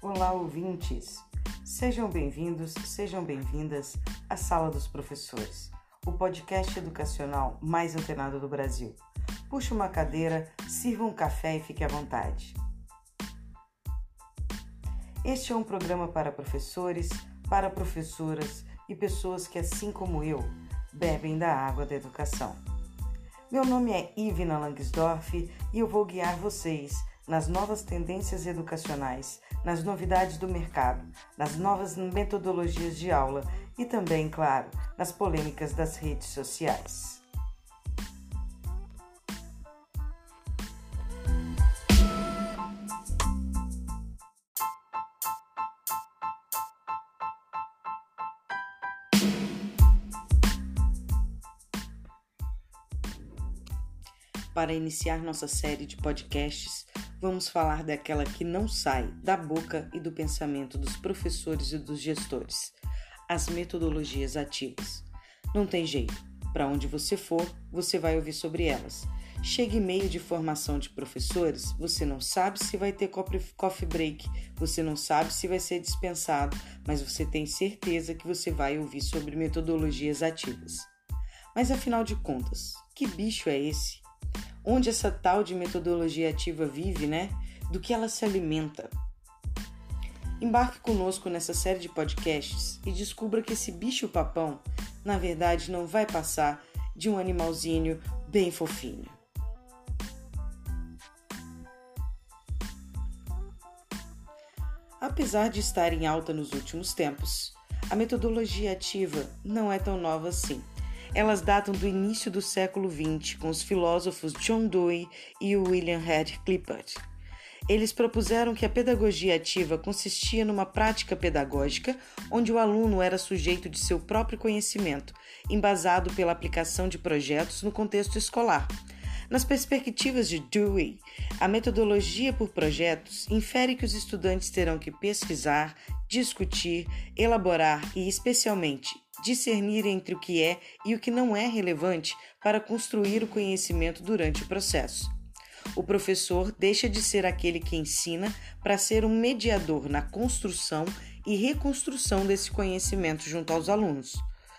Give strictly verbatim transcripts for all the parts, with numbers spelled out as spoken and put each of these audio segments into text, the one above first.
Olá, ouvintes! Sejam bem-vindos, sejam bem-vindas à Sala dos Professores, o podcast educacional mais antenado do Brasil. Puxe uma cadeira, sirva um café e fique à vontade. Este é um programa para professores, para professoras e pessoas que, assim como eu, bebem da água da educação. Meu nome é Ivna Langsdorff e eu vou guiar vocês nas novas tendências educacionais, nas novidades do mercado, nas novas metodologias de aula e também, claro, nas polêmicas das redes sociais. Para iniciar nossa série de podcasts, vamos falar daquela que não sai da boca e do pensamento dos professores e dos gestores, as metodologias ativas. Não tem jeito, para onde você for, você vai ouvir sobre elas. Chega e-mail de formação de professores, você não sabe se vai ter coffee break, você não sabe se vai ser dispensado, mas você tem certeza que você vai ouvir sobre metodologias ativas. Mas afinal de contas, que bicho é esse? Onde essa tal de metodologia ativa vive, né? Do que ela se alimenta? Embarque conosco nessa série de podcasts e descubra que esse bicho-papão, na verdade, não vai passar de um animalzinho bem fofinho. Apesar de estar em alta nos últimos tempos, a metodologia ativa não é tão nova assim. Elas datam do início do século vinte, com os filósofos John Dewey e William Head Clifford. Eles propuseram que a pedagogia ativa consistia numa prática pedagógica onde o aluno era sujeito de seu próprio conhecimento, embasado pela aplicação de projetos no contexto escolar. Nas perspectivas de Dewey, a metodologia por projetos infere que os estudantes terão que pesquisar, discutir, elaborar e, especialmente, discernir entre o que é e o que não é relevante para construir o conhecimento durante o processo. O professor deixa de ser aquele que ensina para ser um mediador na construção e reconstrução desse conhecimento junto aos alunos.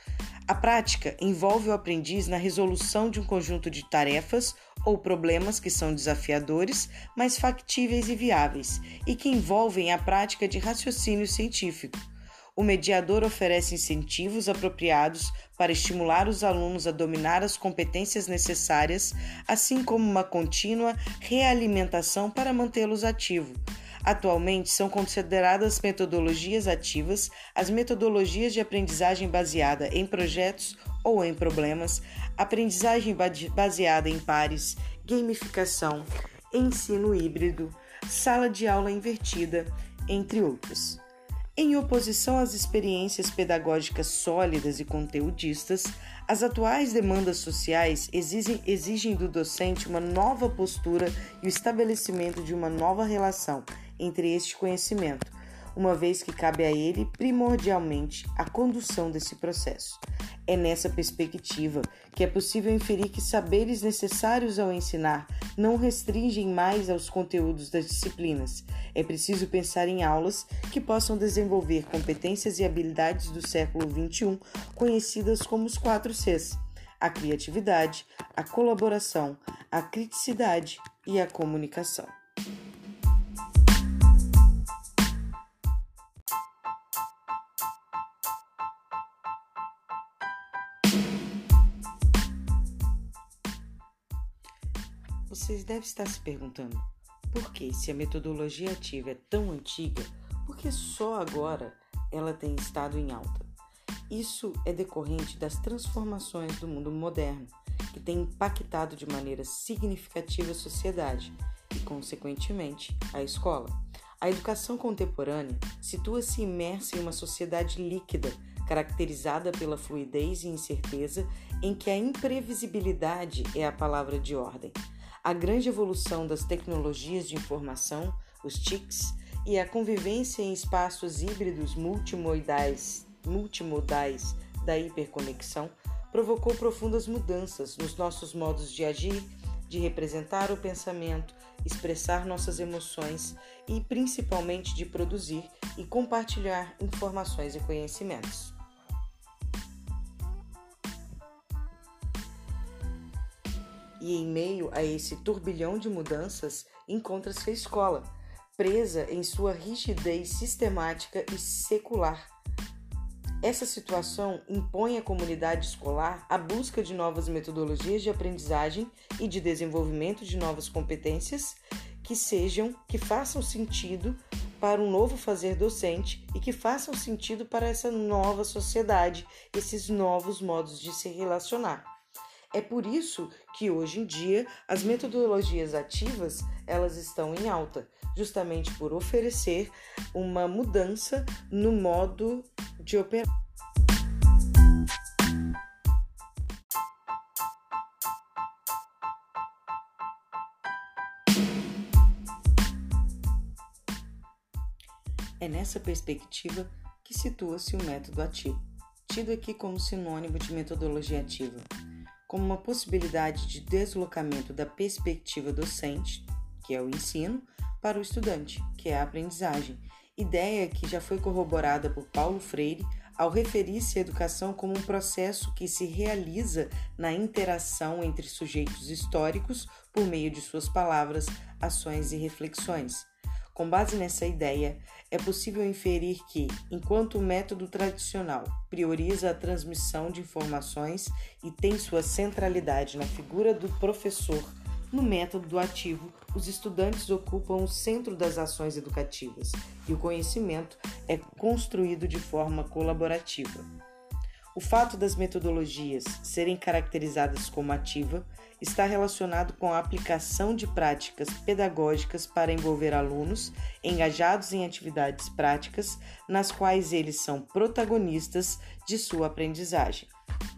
A prática envolve o aprendiz na resolução de um conjunto de tarefas ou problemas que são desafiadores, mas factíveis e viáveis, e que envolvem a prática de raciocínio científico. O mediador oferece incentivos apropriados para estimular os alunos a dominar as competências necessárias, assim como uma contínua realimentação para mantê-los ativos. Atualmente, são consideradas metodologias ativas as metodologias de aprendizagem baseada em projetos ou em problemas, aprendizagem baseada em pares, gamificação, ensino híbrido, sala de aula invertida, entre outros. Em oposição às experiências pedagógicas sólidas e conteudistas, as atuais demandas sociais exigem, exigem do docente uma nova postura e o estabelecimento de uma nova relação entre este conhecimento, uma vez que cabe a ele, primordialmente, a condução desse processo. É nessa perspectiva que é possível inferir que saberes necessários ao ensinar não restringem mais aos conteúdos das disciplinas. É preciso pensar em aulas que possam desenvolver competências e habilidades do século vinte e um, conhecidas como os quatro Cs: a criatividade, a colaboração, a criticidade e a comunicação. Vocês devem estar se perguntando, por que, se a metodologia ativa é tão antiga, por que só agora ela tem estado em alta? Isso é decorrente das transformações do mundo moderno, que tem impactado de maneira significativa a sociedade e, consequentemente, a escola. A educação contemporânea situa-se imersa em uma sociedade líquida, caracterizada pela fluidez e incerteza, em que a imprevisibilidade é a palavra de ordem. A grande evolução das tecnologias de informação, os T I Cs, e a convivência em espaços híbridos multimodais, multimodais da hiperconexão provocou profundas mudanças nos nossos modos de agir, de representar o pensamento, expressar nossas emoções e, principalmente, de produzir e compartilhar informações e conhecimentos. E em meio a esse turbilhão de mudanças, encontra-se a escola, presa em sua rigidez sistemática e secular. Essa situação impõe à comunidade escolar a busca de novas metodologias de aprendizagem e de desenvolvimento de novas competências que sejam, que façam sentido para um novo fazer docente e que façam sentido para essa nova sociedade, esses novos modos de se relacionar. É por isso que hoje em dia as metodologias ativas elas estão em alta, justamente por oferecer uma mudança no modo de operar. É nessa perspectiva que situa-se o método ativo, tido aqui como sinônimo de metodologia ativa, como uma possibilidade de deslocamento da perspectiva docente, que é o ensino, para o estudante, que é a aprendizagem, ideia que já foi corroborada por Paulo Freire ao referir-se à educação como um processo que se realiza na interação entre sujeitos históricos por meio de suas palavras, ações e reflexões. Com base nessa ideia, é possível inferir que, enquanto o método tradicional prioriza a transmissão de informações e tem sua centralidade na figura do professor, no método ativo, os estudantes ocupam o centro das ações educativas e o conhecimento é construído de forma colaborativa. O fato das metodologias serem caracterizadas como ativa está relacionado com a aplicação de práticas pedagógicas para envolver alunos engajados em atividades práticas nas quais eles são protagonistas de sua aprendizagem.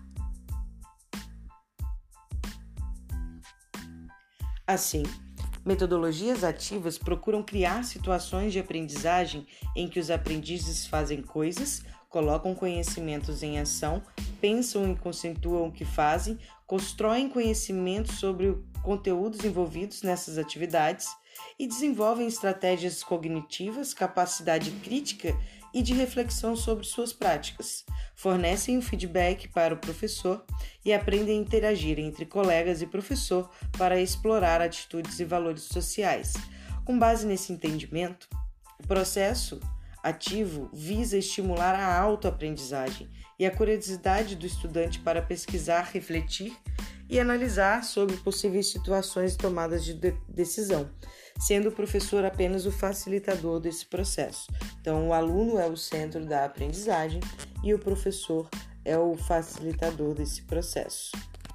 Assim, metodologias ativas procuram criar situações de aprendizagem em que os aprendizes fazem coisas, colocam conhecimentos em ação, pensam e conceituam o que fazem, constroem conhecimentos sobre os conteúdos envolvidos nessas atividades e desenvolvem estratégias cognitivas, capacidade crítica e de reflexão sobre suas práticas. Fornecem o feedback para o professor e aprendem a interagir entre colegas e professor para explorar atitudes e valores sociais. Com base nesse entendimento, o processo ativo visa estimular a autoaprendizagem e a curiosidade do estudante para pesquisar, refletir e analisar sobre possíveis situações e tomadas de decisão, sendo o professor apenas o facilitador desse processo. Então, o aluno é o centro da aprendizagem e o professor é o facilitador desse processo.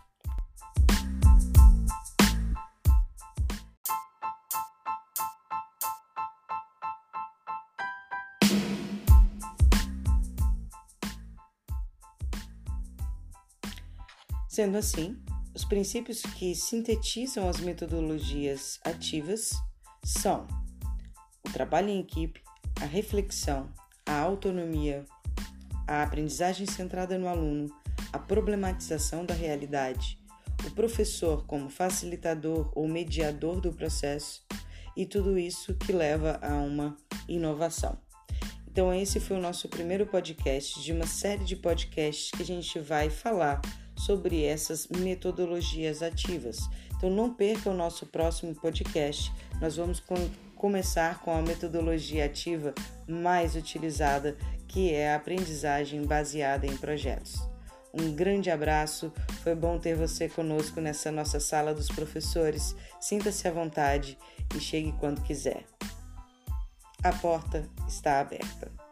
Sendo assim, os princípios que sintetizam as metodologias ativas são o trabalho em equipe, a reflexão, a autonomia, a aprendizagem centrada no aluno, a problematização da realidade, o professor como facilitador ou mediador do processo e tudo isso que leva a uma inovação. Então esse foi o nosso primeiro podcast de uma série de podcasts que a gente vai falar sobre essas metodologias ativas. Então não perca o nosso próximo podcast. Nós vamos com, começar com a metodologia ativa mais utilizada, que é a aprendizagem baseada em projetos. Um grande abraço, foi bom ter você conosco nessa nossa sala dos professores. Sinta-se à vontade e chegue quando quiser. A porta está aberta.